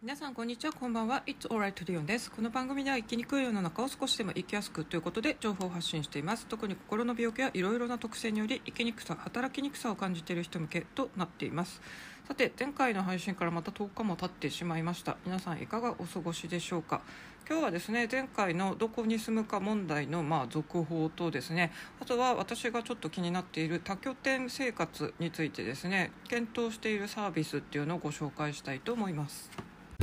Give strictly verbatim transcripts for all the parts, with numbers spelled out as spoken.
皆さんこんにちは、こんばんは。 It's alright リオンです。この番組では生きにくい世の中を少しでも生きやすくということで情報を発信しています。特に心の病気やいろいろな特性により生きにくさ、働きにくさを感じている人向けとなっています。さて、前回の配信からまたとおかも経ってしまいました。皆さんいかがお過ごしでしょうか。今日はですね、前回のどこに住むか問題のまあ続報とですね、あとは私がちょっと気になっている多拠点生活についてですね、検討しているサービスっていうのをご紹介したいと思います。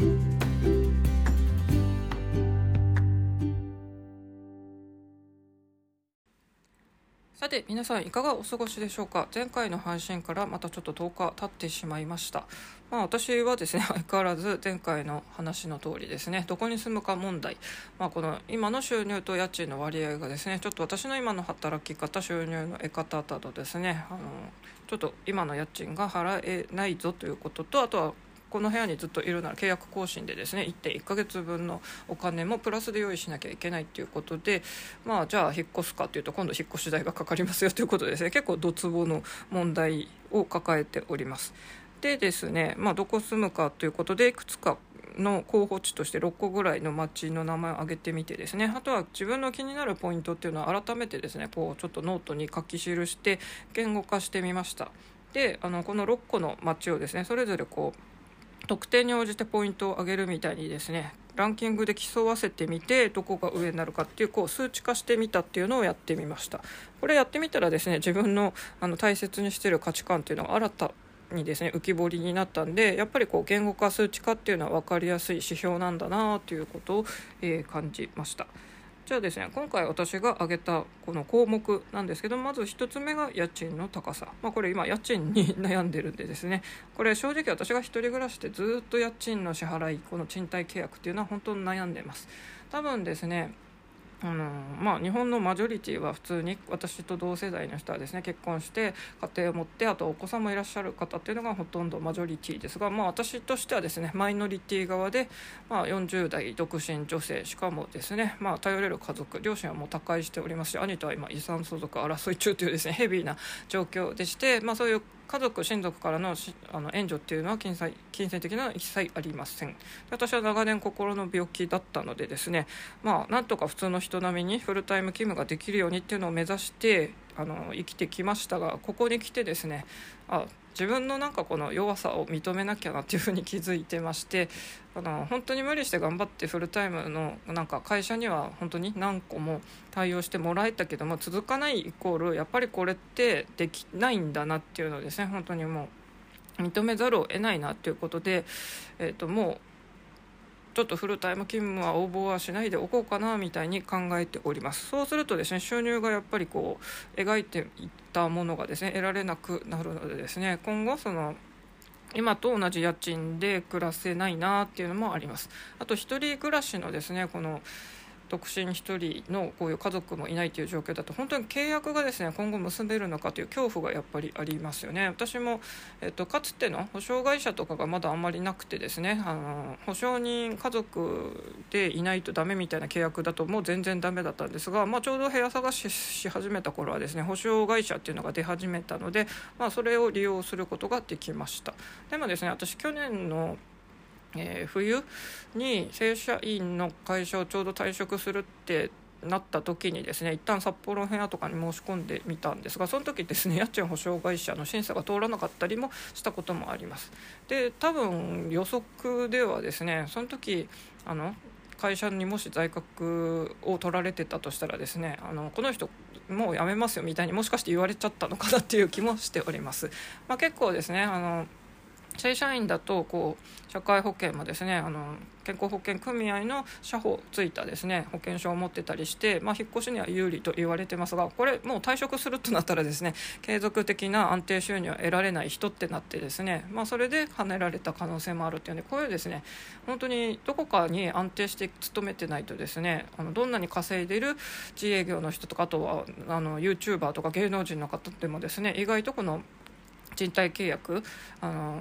さて皆さんいかがお過ごしでしょうか。前回の配信からまたちょっととおか経ってしまいました。まあ、私はですね相変わらず前回の話の通りですね、どこに住むか問題、まあ、この今の収入と家賃の割合がですね、ちょっと私の今の働き方、収入の得方などですね、あのちょっと今の家賃が払えないぞということと、あとはこの部屋にずっといるなら契約更新でですね いってんいっかげつぶんのお金もプラスで用意しなきゃいけないということで、まあじゃあ引っ越すかというと今度引っ越し代がかかりますよということでですね、結構ドツボの問題を抱えております。でですね、まあどこ住むかということでいくつかの候補地としてろっこぐらいの町の名前を挙げてみてですね、あとは自分の気になるポイントっていうのは改めてですね、こうちょっとノートに書き記して言語化してみました。で、あのこのろっこの町をですね、それぞれこう特定に応じてポイントを上げるみたいにですね、ランキングで競わせてみてどこが上になるかっていう、こう数値化してみたっていうのをやってみました。これやってみたらですね、自分のあの大切にしている価値観っていうのが新たにですね浮き彫りになったんで、やっぱりこう言語化、数値化っていうのは分かりやすい指標なんだなということを、えー感じました。じゃあですね、今回私が挙げたこの項目なんですけど、まずひとつめが家賃の高さ、まあ、これ今家賃に悩んでるんでですね、これ正直私が一人暮らしでずっと家賃の支払い、この賃貸契約っていうのは本当に悩んでます。多分ですね、あのまあ、日本のマジョリティは普通に私と同世代の人はですね、結婚して家庭を持って、あとお子さんもいらっしゃる方っていうのがほとんどマジョリティですが、まあ、私としてはですねマイノリティ側で、まあ、よんじゅう代独身女性、しかもですね、まあ、頼れる家族、両親はもう他界しておりますし、兄とは今遺産相続争い中というですねヘビーな状況でして、まあ、そういう家族親族からのあの援助っていうのは金銭金銭的な一切ありません。私は長年心の病気だったのでですね、まあ、なんとか普通の人並みにフルタイム勤務ができるようにっていうのを目指してあの生きてきましたが、ここに来てですね、あ自分のなんかこの弱さを認めなきゃなっていうふうに気づいてまして、あの本当に無理して頑張ってフルタイムのなんか会社には本当に何個も対応してもらえたけども、続かないイコールやっぱりこれってできないんだなっていうのをですね、本当にもう認めざるを得ないなということで、えー、ともうちょっとフルタイム勤務は応募はしないでおこうかなみたいに考えております。そうするとですね、収入がやっぱりこう描いていったものがですね得られなくなるのでですね、今後その今と同じ家賃で暮らせないなっていうのもあります。あと一人暮らしのですね、この独身一人のこういう家族もいないという状況だと、本当に契約がですね今後結べるのかという恐怖がやっぱりありますよね。私も、えっと、かつての保証会社とかがまだあんまりなくてですね、あの保証人家族でいないとダメみたいな契約だともう全然ダメだったんですが、まあ、ちょうど部屋探しし始めた頃はですね保証会社っていうのが出始めたので、まあ、それを利用することができました。でもですね、私去年のえー、冬に正社員の会社をちょうど退職するってなった時にですね、一旦札幌の部屋とかに申し込んでみたんですが、その時ですね家賃保証会社の審査が通らなかったりもしたこともあります。で多分予測ではですね、その時あの会社にもし在宅を取られてたとしたらですね、あのこの人もう辞めますよみたいにもしかして言われちゃったのかなっていう気もしております。まあ、結構ですね、あの正社員だとこう社会保険もですね、あの健康保険組合の社保ついたですね保険証を持ってたりして、まあ、引っ越しには有利と言われてますが、これもう退職するとなったらですね継続的な安定収入は得られない人ってなってですね、まあ、それで跳ねられた可能性もあるっていうので、こういうですね本当にどこかに安定して勤めてないとですね、あのどんなに稼いでいる自営業の人とか、あとはあの YouTuber とか芸能人の方でもですね、意外とこの賃貸契約あの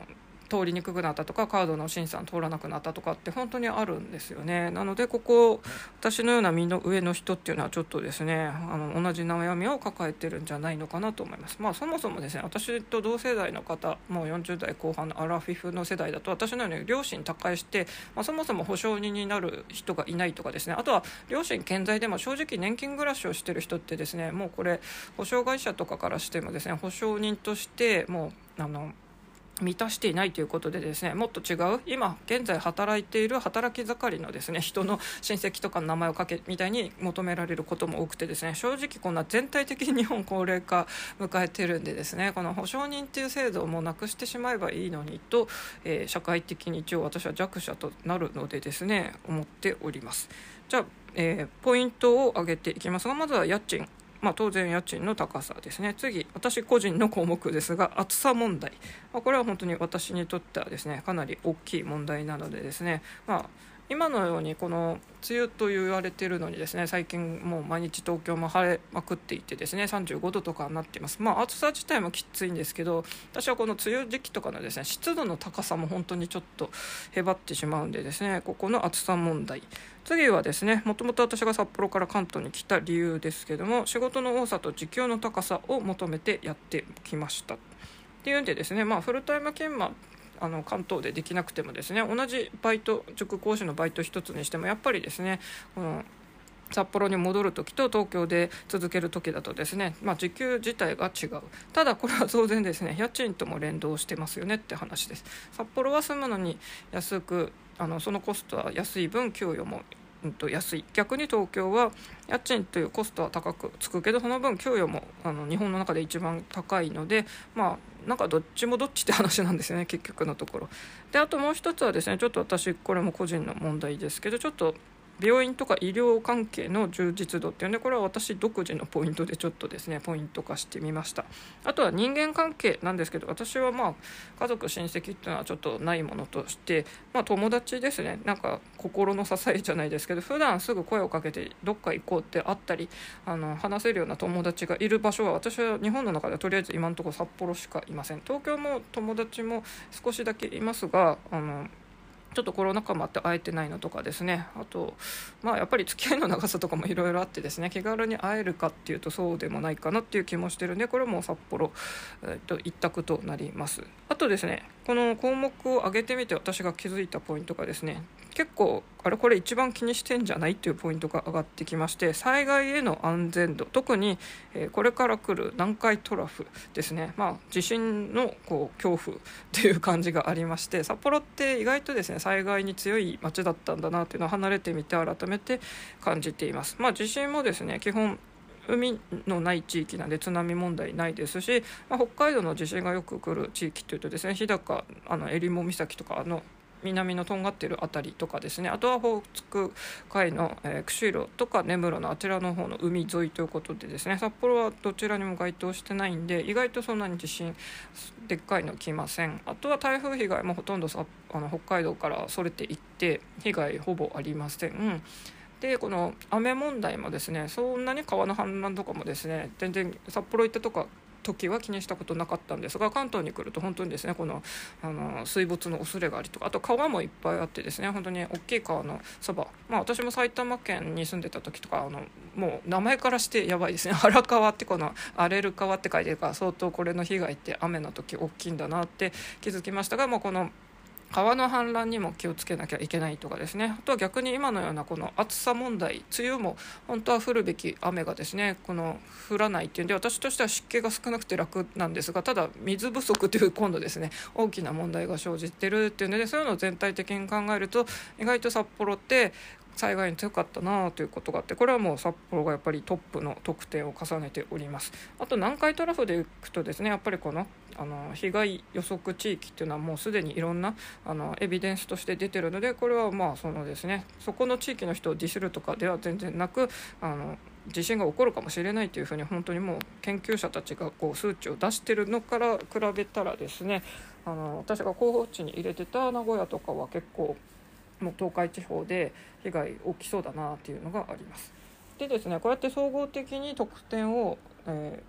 通りにくくなったとかカードの審査通らなくなったとかって本当にあるんですよね。なのでここ私のような身の上の人っていうのはちょっとですねあの同じ悩みを抱えてるんじゃないのかなと思います。まあそもそもですね私と同世代の方もうよんじゅう代後半のアラフィフの世代だと私のように両親他界して、まあ、そもそも保証人になる人がいないとかですねあとは両親健在でも正直年金暮らしをしてる人ってですねもうこれ保証会社とかからしてもですね保証人としてもうあの満たしていないということでですねもっと違う今現在働いている働き盛りのですね人の親戚とかの名前を書けみたいに求められることも多くてですね正直こんな全体的に日本高齢化迎えてるんでですねこの保証人っていう制度をもうなくしてしまえばいいのにと、えー、社会的に一応私は弱者となるのでですね思っております。じゃあ、えー、ポイントを挙げていきますがまずは家賃まあ、当然家賃の高さですね。次私個人の項目ですが暑さ問題、まあ、これは本当に私にとってはですねかなり大きい問題なのでですね、まあ、今のようにこの梅雨と言われているのにですね最近もう毎日東京も晴れまくっていてですねさんじゅうごどとかになっています。まあ暑さ自体もきついんですけど私はこの梅雨時期とかのですね湿度の高さも本当にちょっとへばってしまうんでですねここの暑さ問題。次はですねもともと私が札幌から関東に来た理由ですけども仕事の多さと時給の高さを求めてやってきましたっていうんでですねまあフルタイム勤務あの関東でできなくてもですね同じバイト塾講師のバイト一つにしてもやっぱりですねこの札幌に戻るときと東京で続けるときだとですね、まあ、時給自体が違う。ただこれは当然ですね家賃とも連動してますよねって話です。札幌は住むのに安くあのそのコストは安い分給与もうんと安い。逆に東京は家賃というコストは高くつくけどその分給与もあの日本の中で一番高いのでまあなんかどっちもどっちって話なんですよね結局のところで。あともう一つはですねちょっと私これも個人の問題ですけどちょっと病院とか医療関係の充実度っていうのでこれは私独自のポイントでちょっとですねポイント化してみました。あとは人間関係なんですけど私はまあ家族親戚っていうのはちょっとないものとして、まあ、友達ですねなんか心の支えじゃないですけど普段すぐ声をかけてどっか行こうってあったりあの話せるような友達がいる場所は私は日本の中ではとりあえず今のところ札幌しかいません。東京も友達も少しだけいますがあのちょっとコロナ禍もあって会えてないのとかですねあと、まあ、やっぱり付き合いの長さとかもいろいろあってですね気軽に会えるかっていうとそうでもないかなっていう気もしてるんでこれも札幌、えっと、一択となります。あとですねこの項目を挙げてみて私が気づいたポイントがですね結構あれこれ一番気にしてんじゃないっていうポイントが上がってきまして災害への安全度特に、えー、これから来る南海トラフですね、まあ、地震のこう恐怖っていう感じがありまして札幌って意外とですね災害に強い街だったんだなっていうのを離れてみて改めて感じています。まあ、地震もですね基本海のない地域なんで津波問題ないですし、まあ、北海道の地震がよく来る地域というとですね日高あの襟裳岬とかあの南のとんがっているあたりとかですねあとはオホーツク海の、えー、釧路とか根室のあちらの方の海沿いということでですね札幌はどちらにも該当してないんで意外とそんなに地震でっかいの来ません。あとは台風被害もほとんどさあの北海道からそれていって被害ほぼありません。でこの雨問題もですねそんなに川の氾濫とかもですね全然札幌行ったとか時は気にしたことなかったんですが関東に来ると本当にですねこのあの水没の恐れがありとかあと川もいっぱいあってですね本当に大きい川のそば、まあ、私も埼玉県に住んでた時とかあのもう名前からしてやばいですね荒川ってこの荒れる川って書いてるから相当これの被害って雨の時大きいんだなって気づきましたが、まあ、この川の氾濫にも気をつけなきゃいけないとかですねあとは逆に今のようなこの暑さ問題梅雨も本当は降るべき雨がですねこの降らないっていうんで私としては湿気が少なくて楽なんですがただ水不足という今度ですね大きな問題が生じてるっていうのでそういうのを全体的に考えると意外と札幌って災害に強かったなということがあってこれはもう札幌がやっぱりトップの得点を重ねております。あと南海トラフでいくとですねやっぱりこのあの被害予測地域っていうのはもうすでにいろんなあのエビデンスとして出てるのでこれはまあそのですねそこの地域の人をディスるとかでは全然なくあの地震が起こるかもしれないというふうに本当にもう研究者たちがこう数値を出してるのから比べたらですねあの私が候補地に入れてた名古屋とかは結構もう東海地方で被害起きそうだなっていうのがあります。でですねこうやって総合的に得点を、えー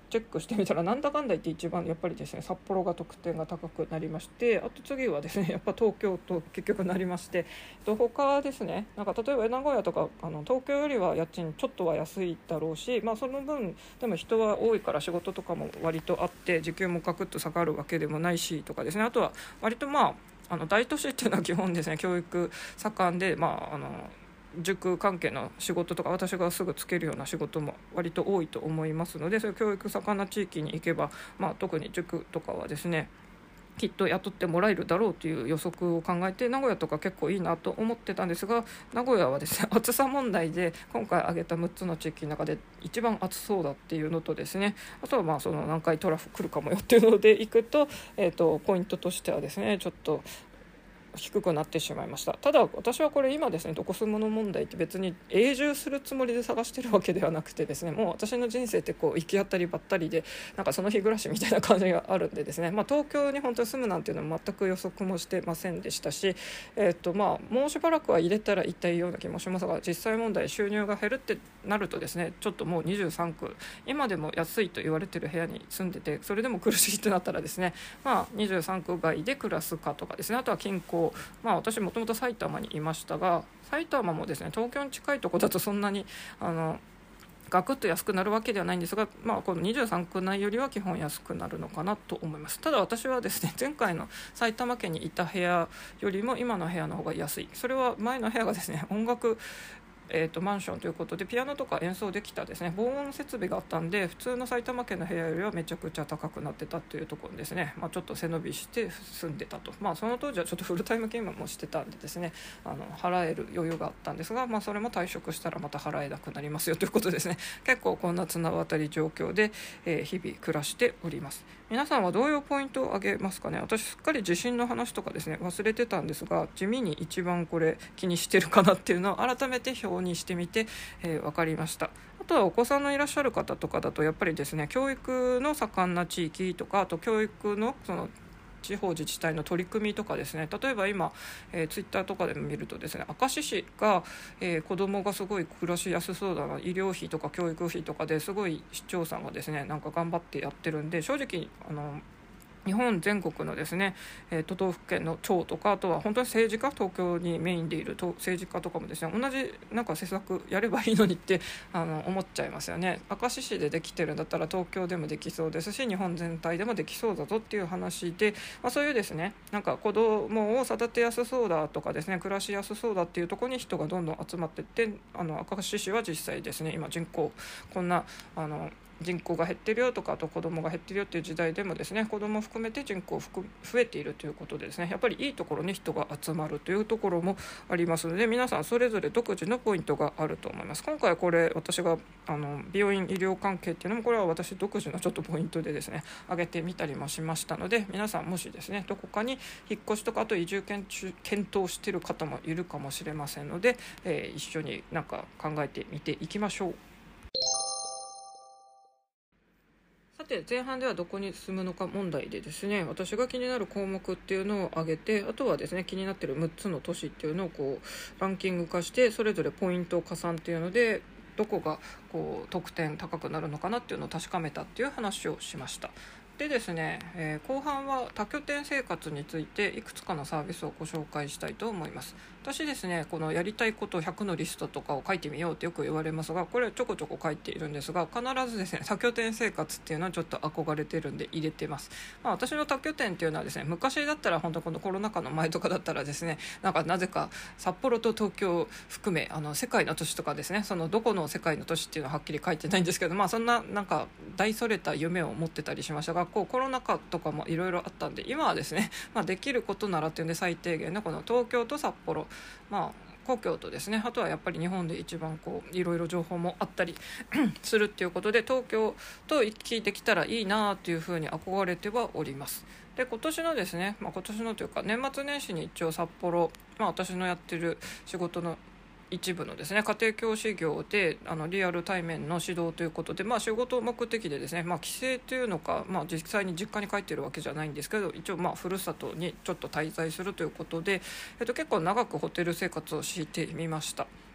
チェックしてみたらなんだかんだ言って一番やっぱりですね札幌が得点が高くなりまして、あと次はですねやっぱ東京と結局なりまして、他ですねなんか例えば名古屋とかあの東京よりは家賃ちょっとは安いだろうし、まあ、その分でも人は多いから仕事とかも割とあって時給もガクッと下がるわけでもないしとかですね、あとは割とまああの大都市っていうのは基本ですね教育盛んで、まああの塾関係の仕事とか私がすぐつけるような仕事も割と多いと思いますので、そういう教育盛んな地域に行けば、まあ、特に塾とかはですねきっと雇ってもらえるだろうという予測を考えて名古屋とか結構いいなと思ってたんですが、名古屋はですね暑さ問題で今回挙げたむっつの地域の中で一番暑そうだっていうのとですね、あとはまあその南海トラフ来るかもよっていうので行くと、えーとポイントとしてはですねちょっと低くなってしまいました。ただ私はこれ今ですねどこ住むの問題って別に永住するつもりで探してるわけではなくてですね、もう私の人生ってこう行き当たりばったりでなんかその日暮らしみたいな感じがあるんでですね、まあ、東京に本当に住むなんていうのは全く予測もしてませんでしたし、えー、っとまあもうしばらくは入れたら行ったいような気もしますが、実際問題収入が減るってなるとですねちょっともうにじゅうさんく今でも安いと言われてる部屋に住んでてそれでも苦しいってなったらですね、まあ、にじゅうさんく外で暮らすかとかですね、あとは近郊、まあ、私もともと埼玉にいましたが埼玉もですね東京に近いところだとそんなにあのガクッと安くなるわけではないんですが、まあ、このにじゅうさんく内よりは基本安くなるのかなと思います。ただ私はですね前回の埼玉県にいた部屋よりも今の部屋の方が安い。それは前の部屋がですね音楽えー、とマンションということでピアノとか演奏できたですね防音設備があったんで普通の埼玉県の部屋よりはめちゃくちゃ高くなってたというところですね、まあ、ちょっと背伸びして住んでたと、まあ、その当時はちょっとフルタイム勤務もしてたんでですねあの払える余裕があったんですが、まあ、それも退職したらまた払えなくなりますよということですね。結構こんな綱渡り状況で、えー、日々暮らしております。皆さんはどういうポイントを挙げますかね。私すっかり地震の話とかですね忘れてたんですが地味に一番これ気にしてるかなっていうのを改めて表にしてみて、えー、分かりました。あとはお子さんのいらっしゃる方とかだとやっぱりですね教育の盛んな地域とかあと教育のその地方自治体の取り組みとかですね、例えば今、えー、ツイッターとかでも見るとですね明石市が、えー、子どもがすごい暮らしやすそうだな医療費とか教育費とかですごい市長さんがですねなんか頑張ってやってるんで、正直あの日本全国のですね、えー、都道府県の庁とかあとは本当に政治家東京にメインでいる政治家とかもですね同じなんか施策やればいいのにってあの思っちゃいますよね。明石市でできてるんだったら東京でもできそうですし日本全体でもできそうだぞっていう話で、まあ、そういうですねなんか子供を育てやすそうだとかですね暮らしやすそうだっていうところに人がどんどん集まっていってあの明石市は実際ですね今人口こんなあの人口が減ってるよとかあと子供が減ってるよっていう時代でもですね子供を含めて人口増えているということでですねやっぱりいいところに人が集まるというところもありますので皆さんそれぞれ独自のポイントがあると思います。今回これ私があの美容院医療関係っていうのもこれは私独自のちょっとポイントでですね上げてみたりもしましたので皆さんもしですねどこかに引っ越しとかあと移住検討している方もいるかもしれませんので、えー、一緒になんか考えてみていきましょう。さて前半ではどこに住むのか問題でですね私が気になる項目っていうのを挙げてあとはですね気になっているむっつの都市っていうのをこうランキング化してそれぞれポイント加算っていうのでどこがこう得点高くなるのかなっていうのを確かめたっていう話をしました。でですね、えー、後半は多拠点生活についていくつかのサービスをご紹介したいと思います。私ですねこのやりたいことひゃくのリストとかを書いてみようってよく言われますがこれちょこちょこ書いているんですが必ずですね多拠点生活っていうのはちょっと憧れてるんで入れてます。まあ、私の多拠点っていうのはですね昔だったら本当このコロナ禍の前とかだったらですねなんかなぜか札幌と東京を含めあの世界の都市とかですねそのどこの世界の都市っていうのははっきり書いてないんですけどまあそんななんか大それた夢を持ってたりしましたがこうコロナ禍とかもいろいろあったんで今はですね、まあ、できることならっていうんで最低限のこの東京と札幌まあ故郷とですねあとはやっぱり日本で一番こういろいろ情報もあったりするっていうことで東京と行き来できたらいいなっていうふうに憧れてはおります。で今年のですね、まあ、今年のというか年末年始に一応札幌、まあ、私のやってる仕事の一部のですね家庭教師業であのリアル対面の指導ということで、まあ、仕事目的でですね、まあ、帰省というのか、まあ、実際に実家に帰っているわけじゃないんですけど一応まあふるさとにちょっと滞在するということで、えっと、結構長くホテル生活をしてみました。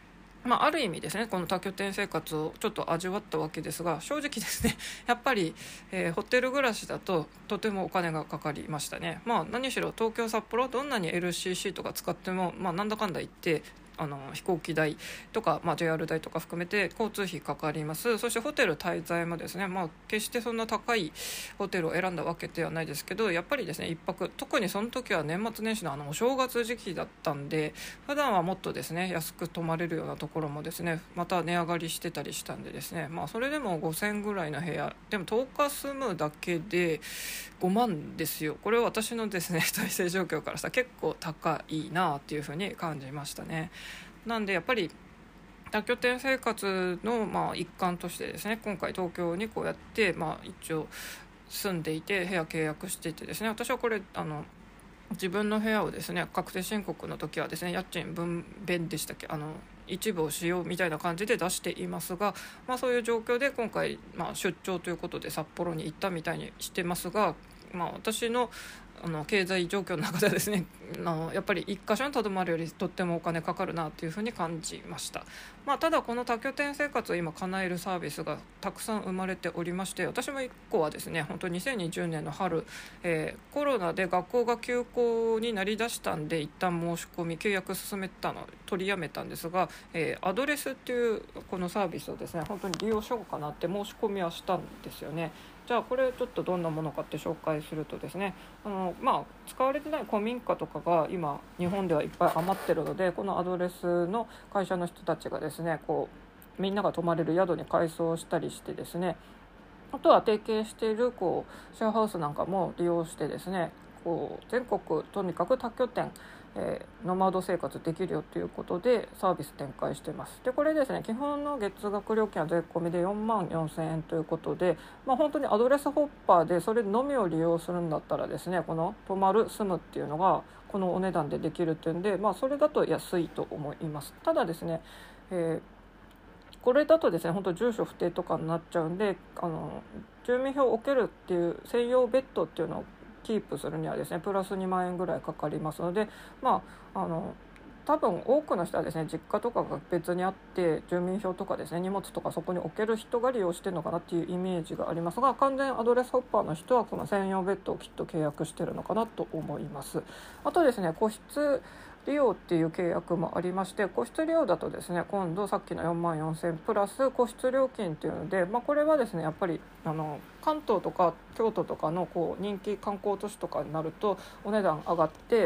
まあ、ある意味ですねこの多拠点生活をちょっと味わったわけですが、正直ですねやっぱり、えーホテル暮らしだととてもお金がかかりましたね。まあ何しろ東京札幌どんなに エルシーシー とか使っても、まあ、なんだかんだ言ってあの飛行機代とか、まあ、ジェイアール 代とか含めて交通費かかります。そしてホテル滞在もですね、まあ、決してそんな高いホテルを選んだわけではないですけど、やっぱりですね一泊、特にその時は年末年始のあのお正月時期だったんで、普段はもっとですね安く泊まれるようなところもですねまた値上がりしてたりしたんでですね、まあ、それでもごせんえんぐらいの部屋でもとおか住むだけでごまんですよ。これは私のですね体制状況からしたら結構高いなっていうふうに感じましたね。なんでやっぱり多拠点生活のまあ一環としてですね、今回東京にこうやってまあ一応住んでいて部屋契約していてですね、私はこれあの自分の部屋をですね確定申告の時はですね家賃分娩でしたっけ、あの一部を使用みたいな感じで出していますが、まあ、そういう状況で今回、まあ、出張ということで札幌に行ったみたいにしてますが、まあ、私のあの経済状況の中ではですねあのやっぱり一箇所にとどまるよりとってもお金かかるなというふうに感じました。まあ、ただこの多拠点生活を今叶えるサービスがたくさん生まれておりまして、私もいっこはですね本当にせんにじゅうねんの春、えー、コロナで学校が休校になりだしたんで一旦申し込み契約進めたの取りやめたんですが、えー、アドレスっていうこのサービスをですね本当に利用しようかなって申し込みはしたんですよね。じゃあこれちょっとどんなものかって紹介するとですね、あの、まあ、使われてない古民家とかが今日本ではいっぱい余ってるので、このアドレスの会社の人たちがですねこうみんなが泊まれる宿に改装したりしてですね、あとは提携しているこうシェアハウスなんかも利用してですねこう全国とにかく多拠点、えー、ノマド生活できるよということでサービス展開しています。でこれですね基本の月額料金は税込みでよんまんよんせんえんということで、まあ、本当にアドレスホッパーでそれのみを利用するんだったらですねこの泊まる住むっていうのがこのお値段でできるっていうんで、まあ、それだと安いと思います。ただですね、えーこれだとですね本当住所不定とかになっちゃうんで、あの住民票を置けるっていう専用ベッドっていうのをキープするにはですねプラスにまんえんぐらいかかりますので、まああの多分多くの人はですね実家とかが別にあって住民票とかですね荷物とかそこに置ける人が利用してるのかなっていうイメージがありますが、完全アドレスホッパーの人はこの専用ベッドをきっと契約してるのかなと思います。あとですね個室利用っていう契約もありまして、個室利用だとですね今度さっきのよんまんよんせんプラス個室料金っていうので、まあ、これはですねやっぱりあの関東とか京都とかのこう人気観光都市とかになるとお値段上がって、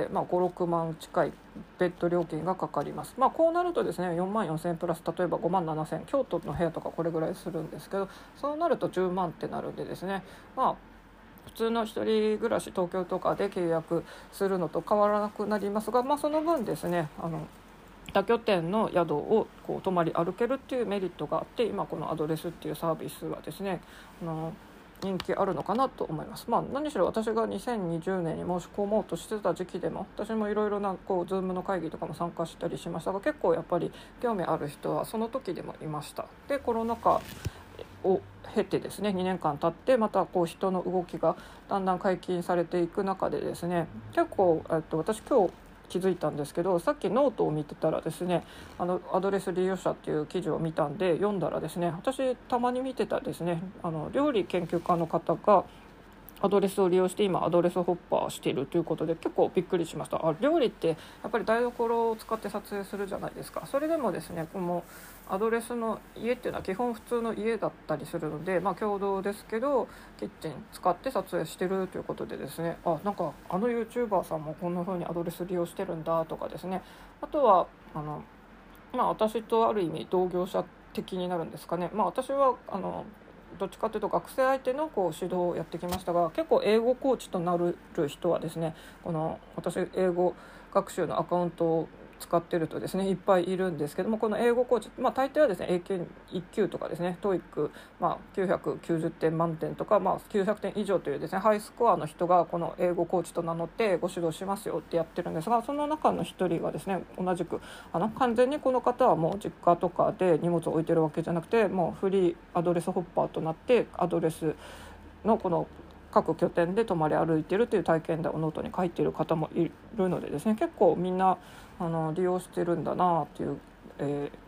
まあ、ごろくまん近いベッド料金がかかります。まあ、こうなるとですねよんまんよんせんえんプラス例えばごまんななせんえん、京都の部屋とかこれぐらいするんですけど、そうなるとじゅうまんってなるんでですね、まあ普通の一人暮らし東京とかで契約するのと変わらなくなりますが、まあ、その分ですねあの多拠点の宿をこう泊まり歩けるっていうメリットがあって、今このアドレスっていうサービスはですねあの人気あるのかなと思います。まあ、何しろ私がにせんにじゅうねんに申し込もうとしてた時期でも私もいろいろなこう Zoom の会議とかも参加したりしましたが、結構やっぱり興味ある人はその時でもいました。でコロナ禍を経てですねにねんかん経ってまたこう人の動きがだんだん解禁されていく中でですね、結構、えっと、私今日気づいたんですけど、さっきノートを見てたらですねあのアドレス利用者っていう記事を見たんで読んだらですね、私たまに見てたですねあの料理研究家の方がアドレスを利用して今アドレスホッパーしているということで結構びっくりしました。あ、料理ってやっぱり台所を使って撮影するじゃないですか。それでもですねこのアドレスの家っていうのは基本普通の家だったりするので、まあ共同ですけどキッチン使って撮影してるということでですね、あ、なんかあの YouTuber さんもこんな風にアドレス利用してるんだとかですね、あとはあのまあ私とある意味同業者的になるんですかね。まあ私はあのどっちかというと学生相手のこう指導をやってきましたが、結構英語コーチとなる人はですねこの私英語学習のアカウントを使ってるとですねいっぱいいるんですけども、この英語コーチ、まあ、大抵はですね英検いっきゅうとかですね トーイック、まあ、きゅうひゃくきゅうじゅってん満点とか、まあ、きゅうひゃくてん以上というですねハイスコアの人がこの英語コーチと名乗ってご指導しますよってやってるんですが、その中の一人がですね同じくあの完全にこの方はもう実家とかで荷物を置いてるわけじゃなくて、もうフリーアドレスホッパーとなってアドレスのこの各拠点で泊まり歩いているという体験談をノートに書いている方もいるのでですね、結構みんなあの利用してるんだなっていう、え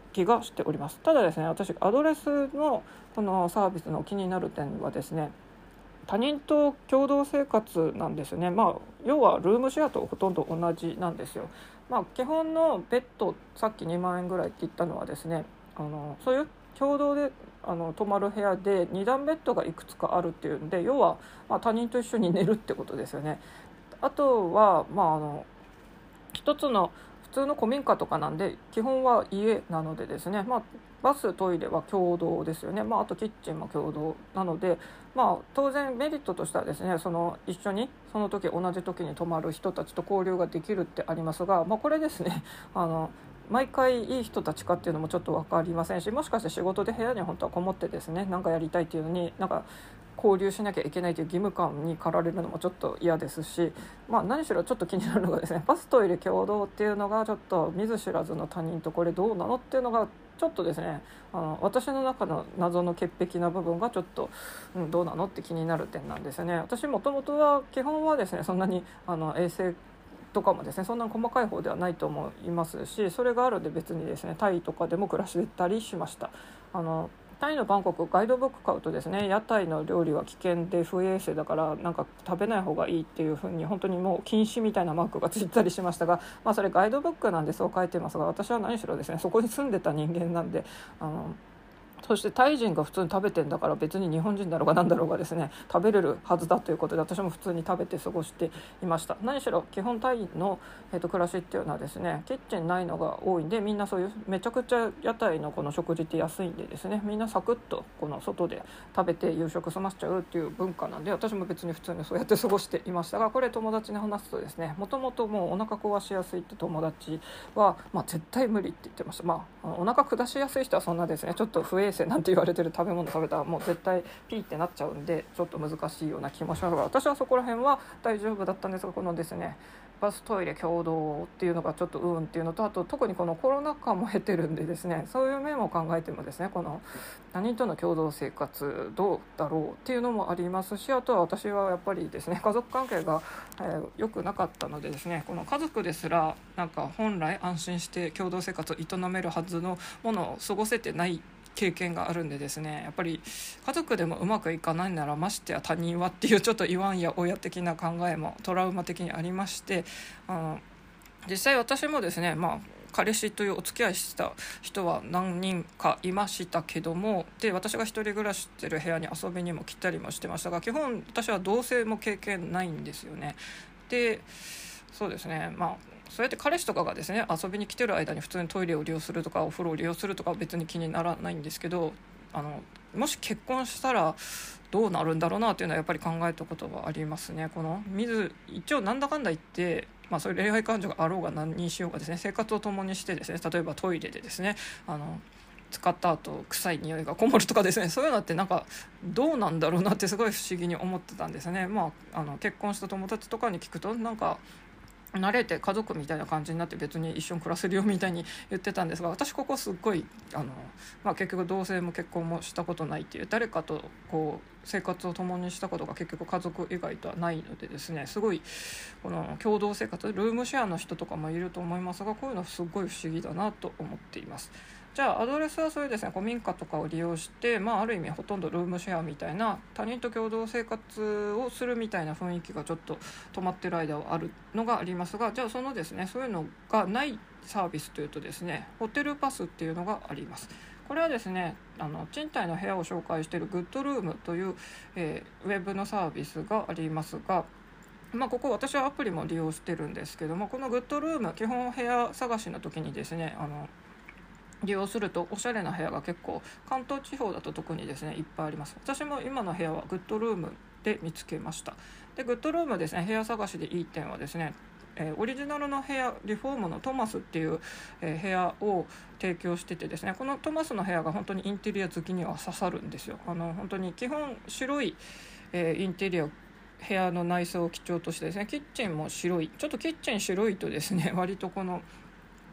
気がしております。ただですね、私アドレスのこのサービスの気になる点はですね、他人と共同生活なんですよね。まあ要はルームシェアとほとんど同じなんですよ。まあ基本のベッド、さっきにまんえんぐらいって言ったのはですね、あのそういう共同であの泊まる部屋でにだんベッドがいくつかあるっていうんで、要はまあ他人と一緒に寝るってことですよね。あとはまああの一つの普通の古民家とかなんで基本は家なのでですね、まあ、バストイレは共同ですよね、まあ、あとキッチンも共同なので、まあ、当然メリットとしてはですね、その一緒にその時同じ時に泊まる人たちと交流ができるってありますが、まあ、これですねあの毎回いい人たちかっていうのもちょっと分かりませんし、もしかして仕事で部屋に本当はこもってですね、何かやりたいっていうのになんか交流しなきゃいけないという義務感に駆られるのもちょっと嫌ですし、まあ、何しろちょっと気になるのがですね、バストイレ共同っていうのがちょっと見ず知らずの他人とこれどうなのっていうのがちょっとですね、あの私の中の謎の潔癖な部分がちょっと、うん、どうなのって気になる点なんですよね。私もともとは基本はですね、そんなにあの衛生とかもですねそんな細かい方ではないと思いますし、それがあるんで別にですねタイとかでも暮らしてたりしました。あのタイのバンコクガイドブック買うとですね、屋台の料理は危険で不衛生だからなんか食べない方がいいっていう風に本当にもう禁止みたいなマークがついたりしましたが、まあそれガイドブックなんでそう書いてますが、私は何しろですねそこに住んでた人間なんで、あのそしてタイ人が普通に食べてんだから別に日本人だろうが何だろうがですね食べれるはずだということで、私も普通に食べて過ごしていました。何しろ基本タイの、えーと、暮らしっていうのはですね、キッチンないのが多いんで、みんなそういうめちゃくちゃ屋台のこの食事って安いんでですね、みんなサクッとこの外で食べて夕食済ませちゃうっていう文化なんで、私も別に普通にそうやって過ごしていましたが、これ友達に話すとですね、もともともうお腹壊しやすいって友達は、まあ、絶対無理って言ってました。まあ、お腹下しやすい人はそんなですねちょっと不衛生なんて言われてる食べ物食べたらもう絶対ピーってなっちゃうんでちょっと難しいような気もしますが、私はそこら辺は大丈夫だったんですが、このですねバストイレ共同っていうのがちょっとうんっていうのと、あと特にこのコロナ禍も経てるんでですね、そういう面を考えてもですね、この他人との共同生活どうだろうっていうのもありますし、あとは私はやっぱりですね家族関係が良、えー、くなかったのでですね、この家族ですらなんか本来安心して共同生活を営めるはずのものを過ごせてない経験があるんでですね、やっぱり家族でもうまくいかないならましてや他人はっていうちょっと言わんや親的な考えもトラウマ的にありまして、あの実際私もですね、まあ彼氏というお付き合いした人は何人かいましたけども、で私が一人暮らししてる部屋に遊びにも来たりもしてましたが、基本私は同棲も経験ないんですよね。でそうですね、まあそうやって彼氏とかがですね遊びに来てる間に普通にトイレを利用するとかお風呂を利用するとかは別に気にならないんですけど、あのもし結婚したらどうなるんだろうなというのはやっぱり考えたことがありますね。この水一応なんだかんだ言って、まあ、そういう恋愛感情があろうが何にしようがですね、生活を共にしてですね、例えばトイレでですねあの使った後臭い匂いがこもるとかですね、そういうのってなんかどうなんだろうなってすごい不思議に思ってたんですね。まあ、あの結婚した友達とかに聞くとなんか慣れて家族みたいな感じになって別に一緒に暮らせるよみたいに言ってたんですが、私ここすっごいあの、まあ、結局同棲も結婚もしたことないっていう、誰かとこう生活を共にしたことが結局家族以外とはないのでですね、すごいこの共同生活ルームシェアの人とかもいると思いますが、こういうのすごい不思議だなと思っています。じゃあアドレスはそういうですね古民家とかを利用して、まあ、ある意味ほとんどルームシェアみたいな他人と共同生活をするみたいな雰囲気がちょっと止まってる間はあるのがありますが、じゃあそのですねそういうのがないサービスというとですねホテルパスっていうのがあります。これはですねあの賃貸の部屋を紹介しているグッドルームという、えー、ウェブのサービスがありますが、まあ、ここ私はアプリも利用してるんですけども、このグッドルーム基本部屋探しの時にですねあの利用するとおしゃれな部屋が結構関東地方だと特にですねいっぱいあります。私も今の部屋はグッドルームで見つけました。でグッドルームですね部屋探しでいい点はですね、えー、オリジナルの部屋リフォームのトマスっていう、えー、部屋を提供しててですね、このトマスの部屋が本当にインテリア好きには刺さるんですよ。あの本当に基本白い、えー、インテリア部屋の内装を基調としてですね、キッチンも白い、ちょっとキッチン白いとですね割とこの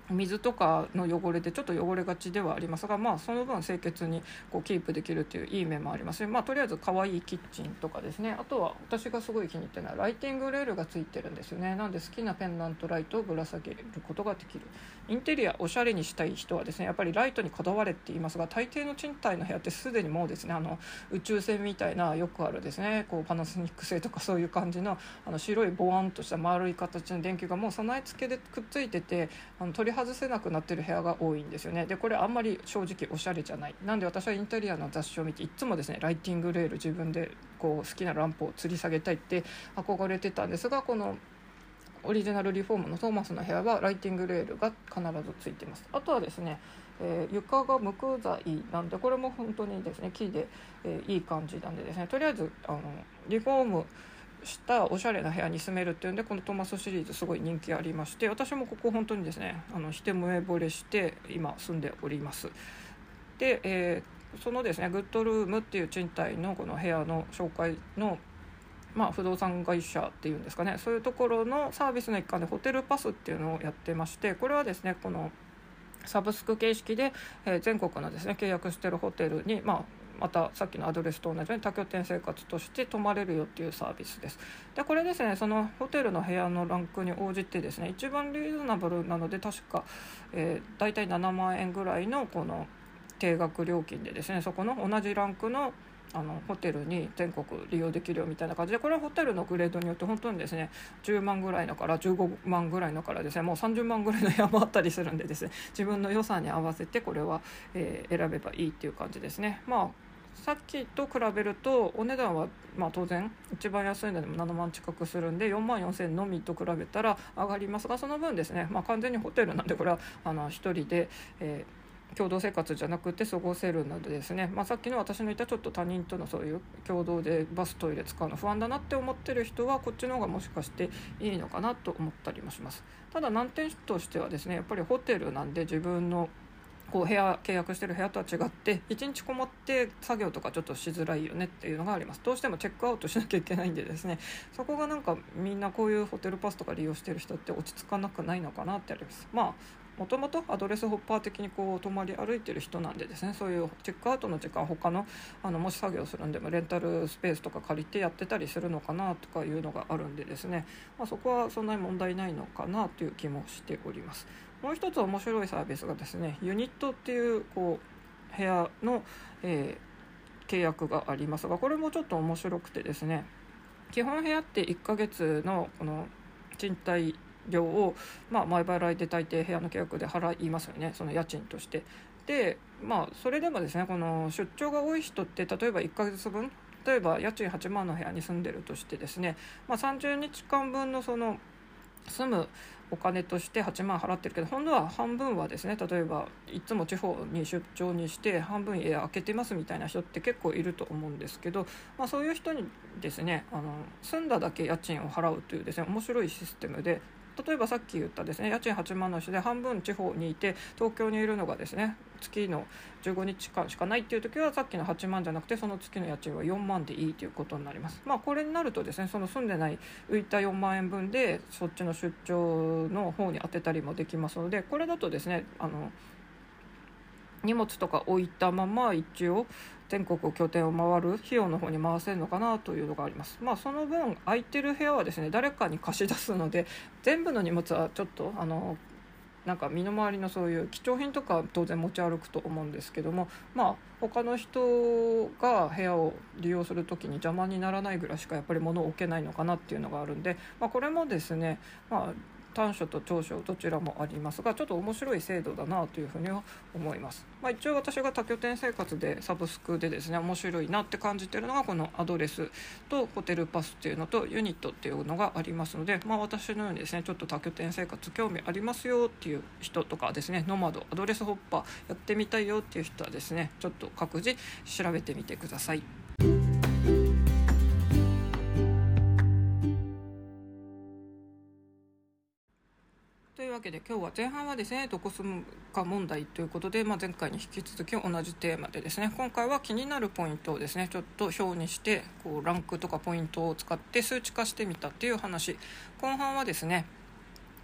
水とかの汚れでちょっと汚れがちではありますが、まあ、その分清潔にこうキープできるといういい面もありますし、まあ、とりあえず可愛いキッチンとかですね。あとは私がすごい気に入ってるのはライティングレールがついてるんですよね。なので好きなペンダントライトをぶら下げることができる。インテリアおしゃれにしたい人はですね、やっぱりライトにこだわれって言いますが、大抵の賃貸の部屋ってすでにもうですね、あの宇宙船みたいなよくあるですね、こうパナソニック製とかそういう感じの、あの白いボワンとした丸い形の電球がもう備え付けでくっついてて、あの取り外せなくなってる部屋が多いんですよね。でこれあんまり正直おしゃれじゃない。なんで私はインテリアの雑誌を見ていつもですね、ライティングレール自分でこう好きなランプを吊り下げたいって憧れてたんですが、このオリジナルリフォームのトーマスの部屋はライティングレールが必ずついています。あとはですね、えー、床が無垢材なんでこれも本当にですね木で、えー、いい感じなんでですね、とりあえずあのリフォームしたおしゃれな部屋に住めるっていうんで、このトマスシリーズすごい人気ありまして、私もここ本当にですねあの一目惚れして今住んでおります。で、えー、そのですねグッドルームっていう賃貸のこの部屋の紹介の、まあ、不動産会社っていうんですかね、そういうところのサービスの一環でホテルパスっていうのをやってまして、これはですねこのサブスク形式で、えー、全国のですね契約しているホテルに、まあまたさっきのアドレスと同じように多拠点生活として泊まれるよっていうサービスです。でこれですね、そのホテルの部屋のランクに応じてですね、一番リーズナブルなので確か、えー、大体ななまんえんぐらいのこの定額料金でですね、そこの同じランクのあのホテルに全国利用できるよみたいな感じで、これはホテルのグレードによって本当にですねじゅうまんぐらいのからじゅうごまんぐらいのからですね、もうさんじゅうまんぐらいの部屋もあったりするんでですね、自分の予算に合わせてこれは、えー、選べばいいっていう感じですね。まあさっきと比べるとお値段はまあ当然一番安いのでもななまん近くするんでよんまんよんせんのみと比べたら上がりますが、その分ですね、まあ、完全にホテルなんでこれはあの一人で、えー共同生活じゃなくて過ごせるのでですね、まあ、さっきの私の言ったちょっと他人とのそういう共同でバストイレ使うの不安だなって思ってる人はこっちの方がもしかしていいのかなと思ったりもします。ただ難点としてはですね、やっぱりホテルなんで自分のこう部屋契約してる部屋とは違っていちにちこもって作業とかちょっとしづらいよねっていうのがあります。どうしてもチェックアウトしなきゃいけないんでですね、そこがなんかみんなこういうホテルパスとか利用してる人って落ち着かなくないのかなってあります。まあもともとアドレスホッパー的にこう泊まり歩いてる人なんでですね、そういうチェックアウトの時間他のあのもし作業するんでもレンタルスペースとか借りてやってたりするのかなとかいうのがあるんでですね、まあ、そこはそんなに問題ないのかなという気もしております。もう一つ面白いサービスがですね、ユニットっていうこう部屋の、えー、契約がありますが、これもちょっと面白くてですね、基本部屋っていっかげつのこの賃貸料を、まあ、前払いで大抵部屋の契約で払いますよね、その家賃として。でまあそれでもですね、この出張が多い人って例えばいっかげつぶん、例えば家賃はちまんの部屋に住んでるとしてですね、まあ、さんじゅうにちかんぶんのその住むお金としてはちまん払ってるけど、本当は半分はですね、例えばいつも地方に出張にして半分家開けてますみたいな人って結構いると思うんですけど、まあ、そういう人にですね、あの住んだだけ家賃を払うというですね面白いシステムで、例えばさっき言ったですね家賃はちまんの人で半分地方にいて東京にいるのがですね月のじゅうごにちかんしかないっていう時はさっきのはちまんじゃなくてその月の家賃はよんまんでいいということになります。まあこれになるとですね、その住んでない浮いたよんまんえんぶんでそっちの出張の方に当てたりもできますので、これだとですねあの荷物とか置いたまま一応全国拠点を回る費用の方に回せるのかなというのがあります。まあその分空いてる部屋はですね誰かに貸し出すので、全部の荷物はちょっとあのなんか身の回りのそういう貴重品とか当然持ち歩くと思うんですけども、まあ他の人が部屋を利用するときに邪魔にならないぐらいしかやっぱり物を置けないのかなっていうのがあるんで、まあ、これもですね、まあ短所と長所どちらもありますが、ちょっと面白い制度だなというふうには思います。まあ、一応私が多拠点生活でサブスクでですね面白いなって感じているのがこのアドレスとホテルパスっていうのとユニットっていうのがありますので、まあ、私のようにですねちょっと多拠点生活興味ありますよっていう人とかですね、ノマドアドレスホッパーやってみたいよっていう人はですねちょっと各自調べてみてください。というわけで今日は前半はですねどこ住むか問題ということで、まあ、前回に引き続き同じテーマでですね、今回は気になるポイントをですねちょっと表にしてこうランクとかポイントを使って数値化してみたっていう話。後半はですね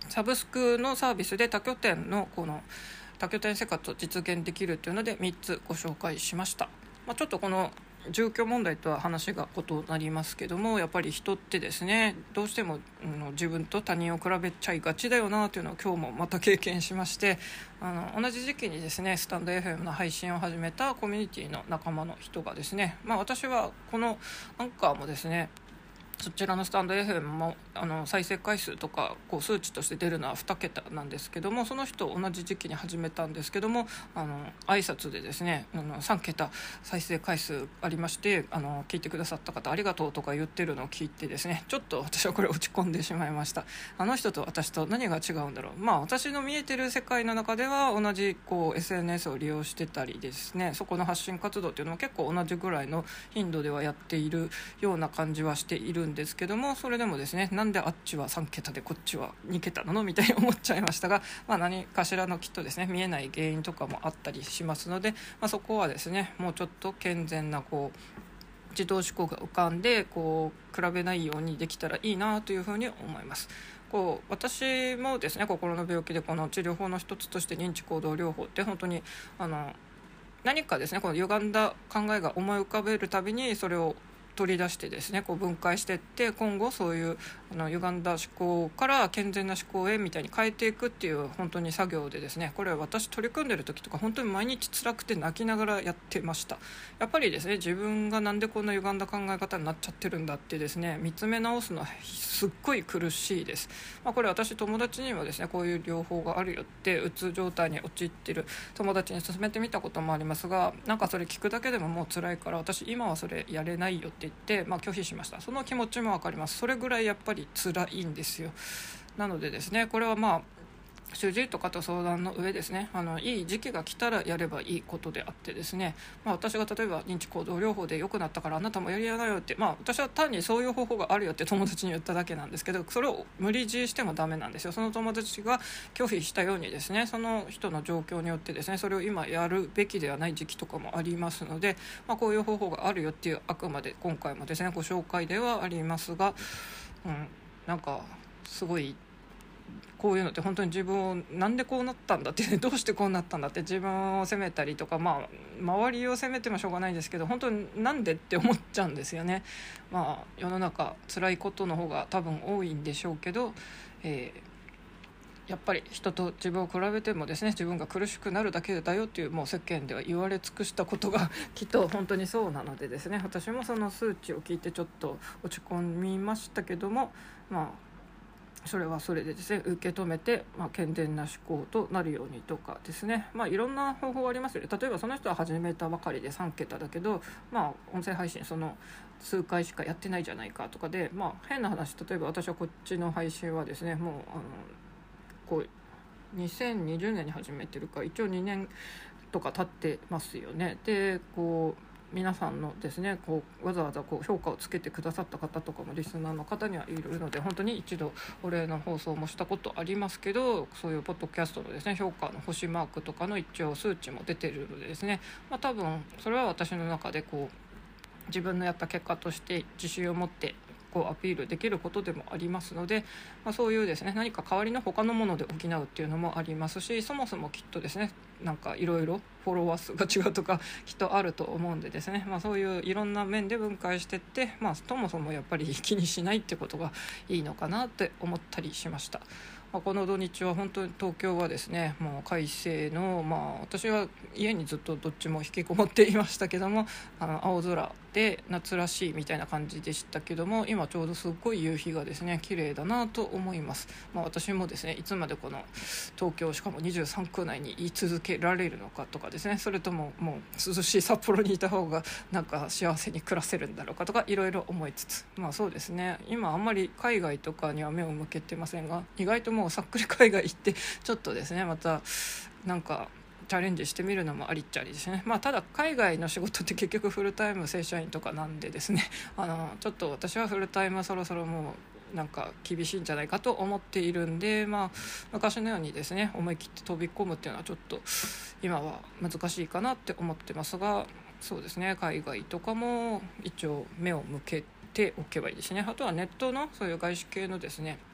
サブスクのサービスで多拠点のこの多拠点生活を実現できるというのでみっつご紹介しました。まあ、ちょっとこの住居問題とは話が異なりますけども、やっぱり人ってですね、どうしても、うん、自分と他人を比べちゃいがちだよなというのを今日もまた経験しまして、あの同じ時期にですねスタンド エフエム の配信を始めたコミュニティの仲間の人がですね、まあ、私はこのアンカーもですね、そちらのスタンド エフエム もあの再生回数とかこう数値として出るのはに桁なんですけども、その人同じ時期に始めたんですけども、あの挨拶でですねあのさん桁再生回数ありまして、あの聞いてくださった方ありがとうとか言ってるのを聞いてですね、ちょっと私はこれ落ち込んでしまいました。あの人と私と何が違うんだろう。まあ私の見えてる世界の中では同じこう エスエヌエス を利用してたりですね、そこの発信活動っていうのも結構同じぐらいの頻度ではやっているような感じはしているんですけども、それでもですね、なんであっちはさん桁でこっちはに桁なのみたいに思っちゃいましたが、まあ、何かしらのきっとですね見えない原因とかもあったりしますので、まあ、そこはですねもうちょっと健全なこう自動思考が浮かんでこう比べないようにできたらいいなというふうに思います。こう私もですね心の病気でこの治療法の一つとして認知行動療法って本当にあの何かですねこの歪んだ考えが思い浮かべるたびにそれを取り出してですねこう分解していって、今後そういうあの歪んだ思考から健全な思考へみたいに変えていくっていう本当に作業でですね、これは私取り組んでる時とか本当に毎日辛くて泣きながらやってました。やっぱりですね自分がなんでこんな歪んだ考え方になっちゃってるんだってですね見つめ直すのはすっごい苦しいです。まあ、これ私友達にはですねこういう療法があるよってうつ状態に陥ってる友達に勧めてみたこともありますが、なんかそれ聞くだけでももう辛いから私今はそれやれないよって言って、まあ、拒否しました。その気持ちも分かります。それぐらいやっぱり辛いんですよ。なのでですねこれはまあ主治医とかと相談の上ですね、あのいい時期が来たらやればいいことであってですね、まあ、私が例えば認知行動療法で良くなったからあなたもやりやなよって、まあ、私は単にそういう方法があるよって友達に言っただけなんですけど、それを無理強いしてもダメなんですよ。その友達が拒否したようにですねその人の状況によってですねそれを今やるべきではない時期とかもありますので、まあ、こういう方法があるよっていうあくまで今回もですねご紹介ではありますが、うん、なんかすごいこういうのって本当に自分をなんでこうなったんだって、ね、どうしてこうなったんだって自分を責めたりとか、まあ周りを責めてもしょうがないですけど本当になんでって思っちゃうんですよね。まあ世の中辛いことの方が多分多いんでしょうけど、えー、やっぱり人と自分を比べてもですね自分が苦しくなるだけだよっていうもう世間では言われ尽くしたことがきっと本当にそうなのでですね、私もその数値を聞いてちょっと落ち込みましたけども、まあそれはそれでですね受け止めて、まあ、健全な思考となるようにとかですね、まあ、いろんな方法ありますよね。例えばその人は始めたばかりでさん桁だけど、まあ、音声配信その数回しかやってないじゃないかとかで、まあ、変な話、例えば私はこっちの配信はですねもうあのこうにせんにじゅうねんに始めてるから一応にねんとか経ってますよね。でこう皆さんのですねこうわざわざこう評価をつけてくださった方とかもリスナーの方にはいるので本当に一度お礼の放送もしたことありますけど、そういうポッドキャストのですね評価の星マークとかの一応数値も出てるのでですね、まあ、多分それは私の中でこう自分のやった結果として自信を持ってこうアピールできることでもありますので、まあ、そういうですね何か代わりの他のもので補うっていうのもありますし、そもそもきっとですねなんかいろいろフォロワー数が違うとかきっとあると思うんでですね、まあ、そういういろんな面で分解していって、まあ、そもそもやっぱり気にしないってことがいいのかなって思ったりしました。まあ、この土日は本当に東京はですねもう快晴の、まあ、私は家にずっとどっちも引きこもっていましたけども、あの青空で夏らしいみたいな感じでしたけども、今ちょうどすっごい夕日がですね綺麗だなと思います。まあ、私もですねいつまでこの東京しかもにじゅうさんく内に居続けられるのかとかですね、それとももう涼しい札幌にいた方がなんか幸せに暮らせるんだろうかとかいろいろ思いつつ、まあそうですね今あんまり海外とかには目を向けてませんが、意外ともうさっくり海外行ってちょっとですねまたなんかチャレンジしてみるのもありっちゃありですね。まあ、ただ海外の仕事って結局フルタイム正社員とかなんでですねあのちょっと私はフルタイムそろそろもうなんか厳しいんじゃないかと思っているんで、まあ、昔のようにですね思い切って飛び込むっていうのはちょっと今は難しいかなって思ってますが、そうですね海外とかも一応目を向けておけばいいですね。あとはネットのそういう外資系のですね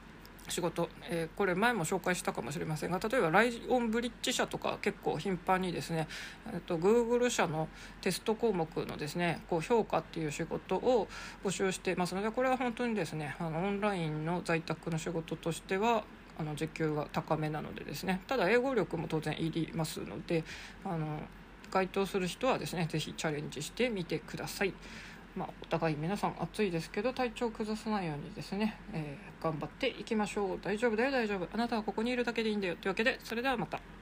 仕事、えー、これ前も紹介したかもしれませんが、例えばライオンブリッジ社とか結構頻繁にですね、えー、と Google 社のテスト項目のですねこう評価っていう仕事を募集していますので、これは本当にですねあのオンラインの在宅の仕事としてはあの時給が高めなのでですね、ただ英語力も当然いりますので、あの該当する人はですねぜひチャレンジしてみてください。まあ、お互い皆さん暑いですけど体調を崩さないようにですね、えー、頑張っていきましょう。大丈夫だよ大丈夫、あなたはここにいるだけでいいんだよというわけで、それではまた。